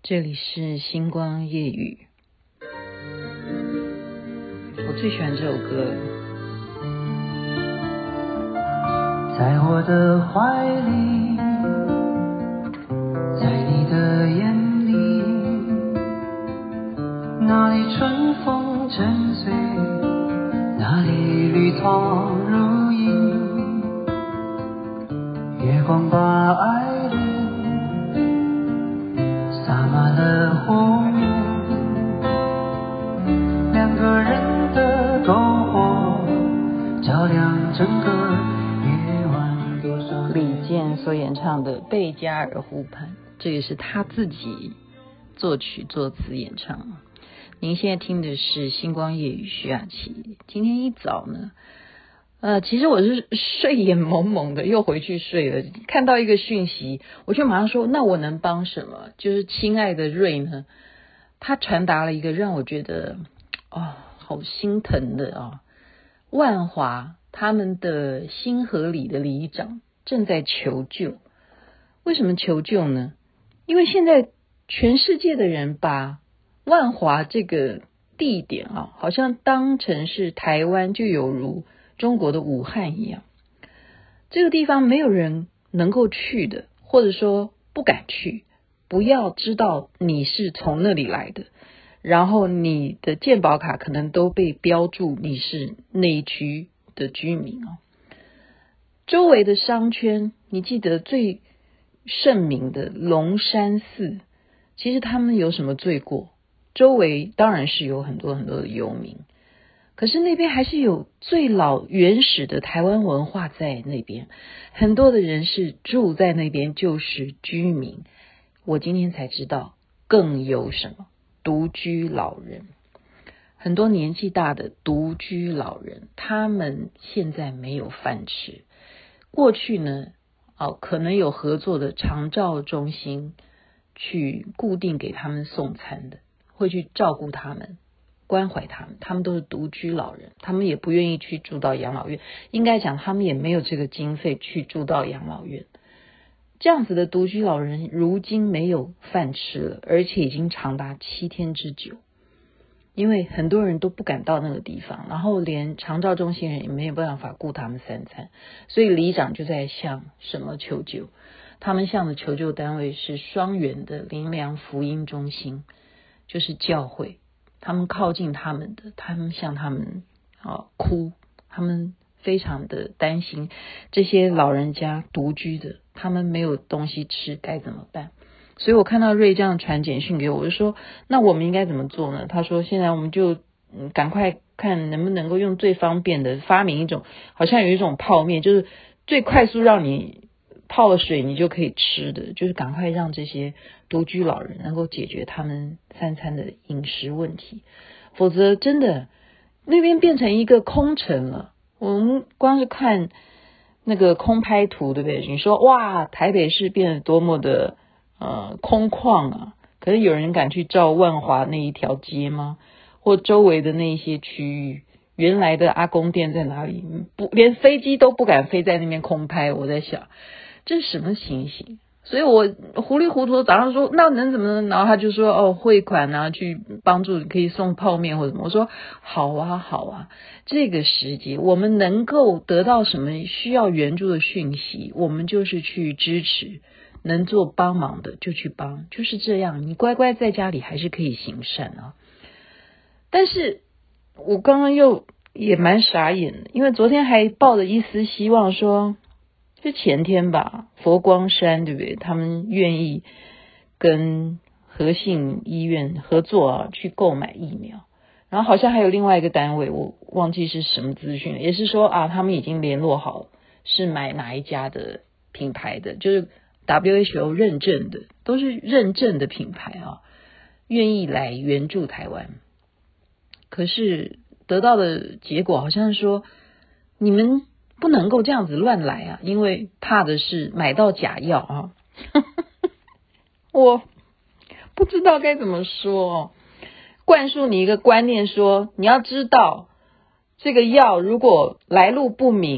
这里是星光夜雨，我最喜欢这首歌了。 在我的怀里，在你的眼里，那里春风沉醉，那里绿草如茵，月光把爱恋洒满了湖面，两个人的篝火照亮整个夜晚。多少李健所演唱的《贝加尔湖畔》，这也是他自己作曲作词演唱。您现在听的是星光夜雨，徐雅琪。今天一早呢，其实我是睡眼蒙蒙的，又回去睡了。看到一个讯息，我就马上说，那我能帮什么？就是亲爱的瑞呢，他传达了一个让我觉得好心疼的万华他们的新河里的里长正在求救。为什么求救呢？因为现在全世界的人把万华这个地点好像当成是台湾，就有如中国的武汉一样，这个地方没有人能够去的，或者说不敢去，不要知道你是从那里来的，然后你的健保卡可能都被标注你是那一区的居民周围的商圈，你记得最盛名的龙山寺，其实他们有什么罪过？周围当然是有很多很多的游民，可是那边还是有最老原始的台湾文化在那边，很多的人是住在那边，就是居民。我今天才知道更有什么独居老人，很多年纪大的独居老人，他们现在没有饭吃。过去呢可能有合作的长照中心去固定给他们送餐的，会去照顾他们，关怀他们，他们都是独居老人，他们也不愿意去住到养老院，应该讲他们也没有这个经费去住到养老院。这样子的独居老人如今没有饭吃了，而且已经长达7天之久，因为很多人都不敢到那个地方，然后连长照中心人也没有办法顾他们3餐，所以里长就在向什么求救？他们向的求救单位是双园的灵粮福音中心，就是教会，他们靠近他们的，他们向他们哭，他们非常的担心这些老人家独居的，他们没有东西吃该怎么办？所以我看到瑞这样传简讯给我，我就说那我们应该怎么做呢？他说现在我们就赶快看能不能够用最方便的，发明一种好像有一种泡面，就是最快速让你泡了水你就可以吃的，就是赶快让这些独居老人能够解决他们3餐的饮食问题，否则真的那边变成一个空城了。我们光是看那个空拍图，对不对？你说哇，台北市变得多么的空旷啊！可是有人敢去照万华那一条街吗？或周围的那一些区域，原来的阿公店在哪里？连飞机都不敢飞在那边空拍。我在想这是什么情形？所以我糊里糊涂的早上说那能怎么呢？然后他就说汇款啊，去帮助可以送泡面或者什么。我说好啊，这个时节我们能够得到什么需要援助的讯息，我们就是去支持，能做帮忙的就去帮，就是这样。你乖乖在家里还是可以行善啊。但是我刚刚也蛮傻眼的，因为昨天还抱着一丝希望说，就前天吧，佛光山对不对？他们愿意跟和信医院合作去购买疫苗，然后好像还有另外一个单位，我忘记是什么资讯了，也是说他们已经联络好是买哪一家的品牌的，就是 WHO 认证的，都是认证的品牌愿意来援助台湾。可是得到的结果好像是说，你们不能够这样子乱来因为怕的是买到假药我不知道该怎么说灌输你一个观念说，你要知道这个药如果来路不明，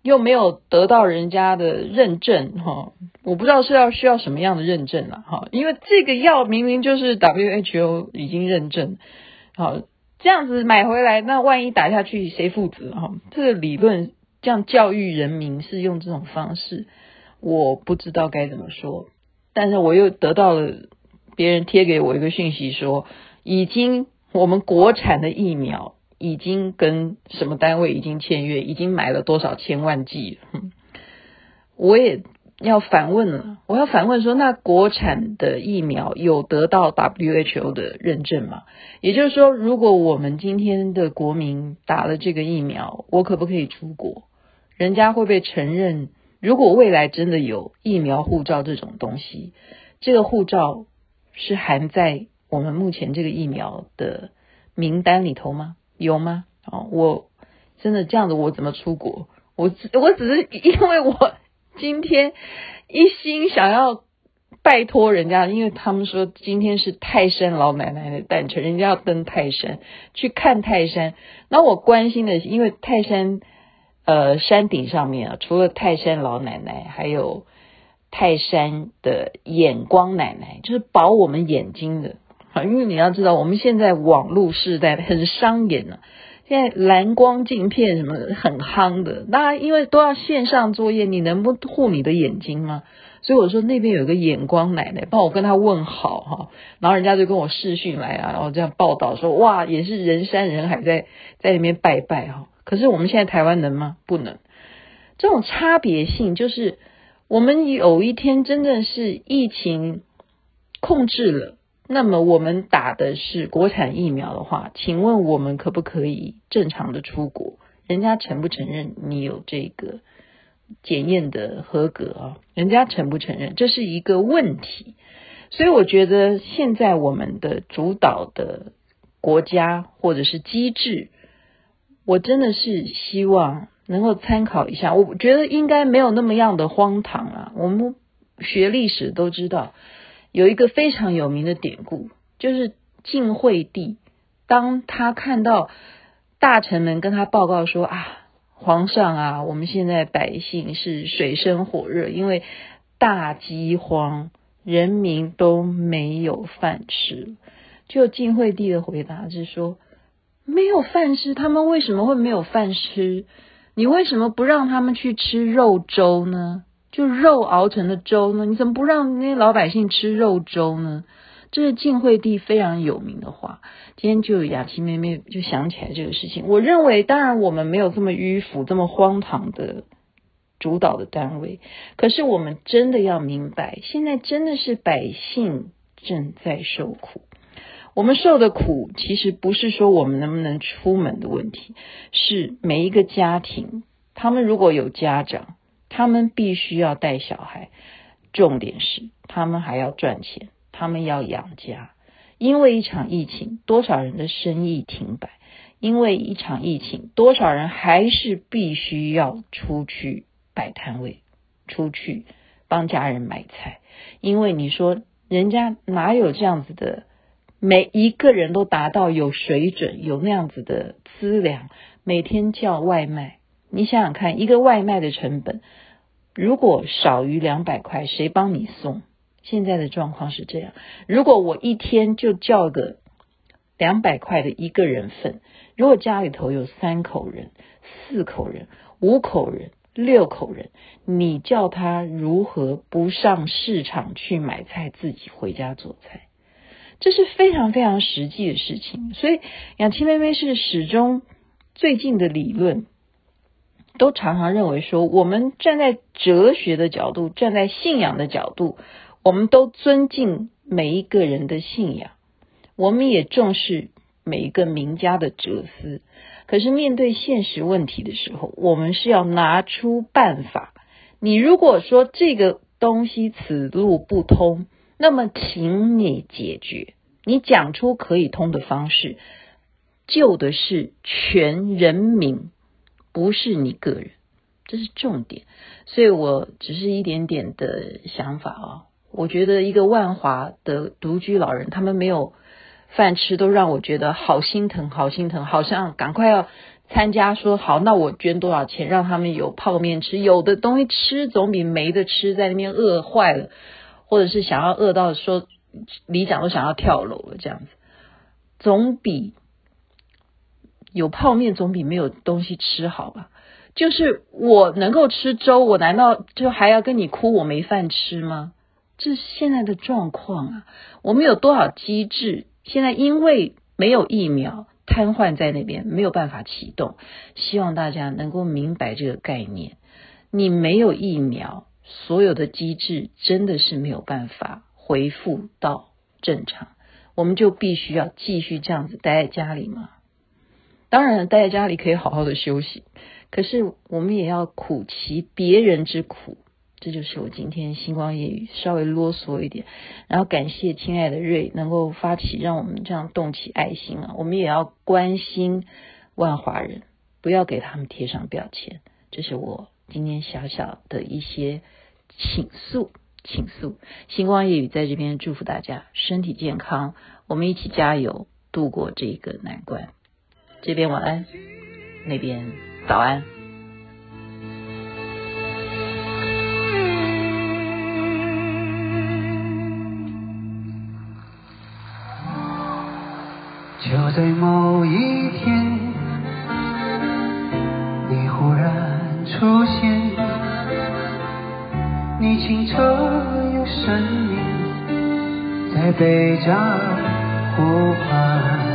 又没有得到人家的认证我不知道是需要什么样的认证因为这个药明明就是 WHO 已经认证这样子买回来，那万一打下去谁负责这个理论这样教育人民是用这种方式，我不知道该怎么说。但是我又得到了别人贴给我一个讯息说，我们国产的疫苗已经跟什么单位已经签约，已经买了多少千万剂了。我也要反问了，我要反问说，那国产的疫苗有得到 WHO 的认证吗？也就是说，如果我们今天的国民打了这个疫苗，我可不可以出国？人家会不会承认？如果未来真的有疫苗护照这种东西，这个护照是含在我们目前这个疫苗的名单里头吗？有吗？我真的这样子，我怎么出国？我只是因为我今天一心想要拜托人家，因为他们说今天是泰山老奶奶的诞辰，人家要登泰山去看泰山。那我关心的是，因为泰山山顶上面除了泰山老奶奶，还有泰山的眼光奶奶，就是保我们眼睛的因为你要知道，我们现在网络时代很伤眼现在蓝光镜片什么很夯的，那因为都要线上作业，你能不护你的眼睛吗？所以我说那边有个眼光奶奶，帮我跟她问好然后人家就跟我视讯来然后这样报道说，哇，也是人山人海在那边拜拜可是我们现在台湾能吗？不能。这种差别性就是我们有一天真正是疫情控制了，那么我们打的是国产疫苗的话，请问我们可不可以正常的出国？人家承不承认你有这个检验的合格人家承不承认，这是一个问题。所以我觉得现在我们的主导的国家或者是机制，我真的是希望能够参考一下。我觉得应该没有那么样的荒唐我们学历史都知道，有一个非常有名的典故，就是晋惠帝，当他看到大臣们跟他报告说皇上我们现在百姓是水深火热，因为大饥荒，人民都没有饭吃。就晋惠帝的回答是说，没有饭吃，他们为什么会没有饭吃？你为什么不让他们去吃肉粥呢？就肉熬成的粥呢？你怎么不让那些老百姓吃肉粥呢？这是晋惠帝非常有名的话。今天就雅琪妹妹就想起来这个事情。我认为当然我们没有这么迂腐这么荒唐的主导的单位，可是我们真的要明白，现在真的是百姓正在受苦。我们受的苦其实不是说我们能不能出门的问题，是每一个家庭，他们如果有家长，他们必须要带小孩，重点是他们还要赚钱，他们要养家。因为一场疫情，多少人的生意停摆，因为一场疫情，多少人还是必须要出去摆摊位，出去帮家人买菜。因为你说人家哪有这样子的，每一个人都达到有水准，有那样子的资粮，每天叫外卖。你想想看，一个外卖的成本如果少于200块，谁帮你送？现在的状况是这样，如果我一天就叫个200块的一个人份，如果家里头有3口人、4口人、5口人、6口人，你叫他如何不上市场去买菜，自己回家做菜？这是非常非常实际的事情。所以雅琪妹妹是始终最近的理论都常常认为说，我们站在哲学的角度，站在信仰的角度，我们都尊敬每一个人的信仰，我们也重视每一个名家的哲思。可是面对现实问题的时候，我们是要拿出办法。你如果说这个东西此路不通，那么请你解决，你讲出可以通的方式，救的是全人民，不是你个人，这是重点。所以我只是一点点的想法我觉得一个万华的独居老人，他们没有饭吃，都让我觉得好心疼好心疼，好像赶快要参加说好，那我捐多少钱让他们有泡面吃，有的东西吃总比没得吃，在那边饿坏了，或者是想要饿到说里长都想要跳楼了，这样子总比有泡面总比没有东西吃好吧。就是我能够吃粥，我难道就还要跟你哭我没饭吃吗？这是现在的状况啊。我们有多少机制现在因为没有疫苗瘫痪在那边，没有办法启动。希望大家能够明白这个概念，你没有疫苗，所有的机制真的是没有办法恢复到正常，我们就必须要继续这样子待在家里吗？当然待在家里可以好好的休息，可是我们也要苦其别人之苦。这就是我今天星光夜语稍微啰嗦一点，然后感谢亲爱的瑞能够发起让我们这样动起爱心啊，我们也要关心万华人，不要给他们贴上标签。这是我今天小小的一些倾诉。星光夜语在这边祝福大家身体健康，我们一起加油度过这个难关。这边晚安，那边早安。 就在某一天，你忽然出现，你清澈有声音在贝加尔湖畔。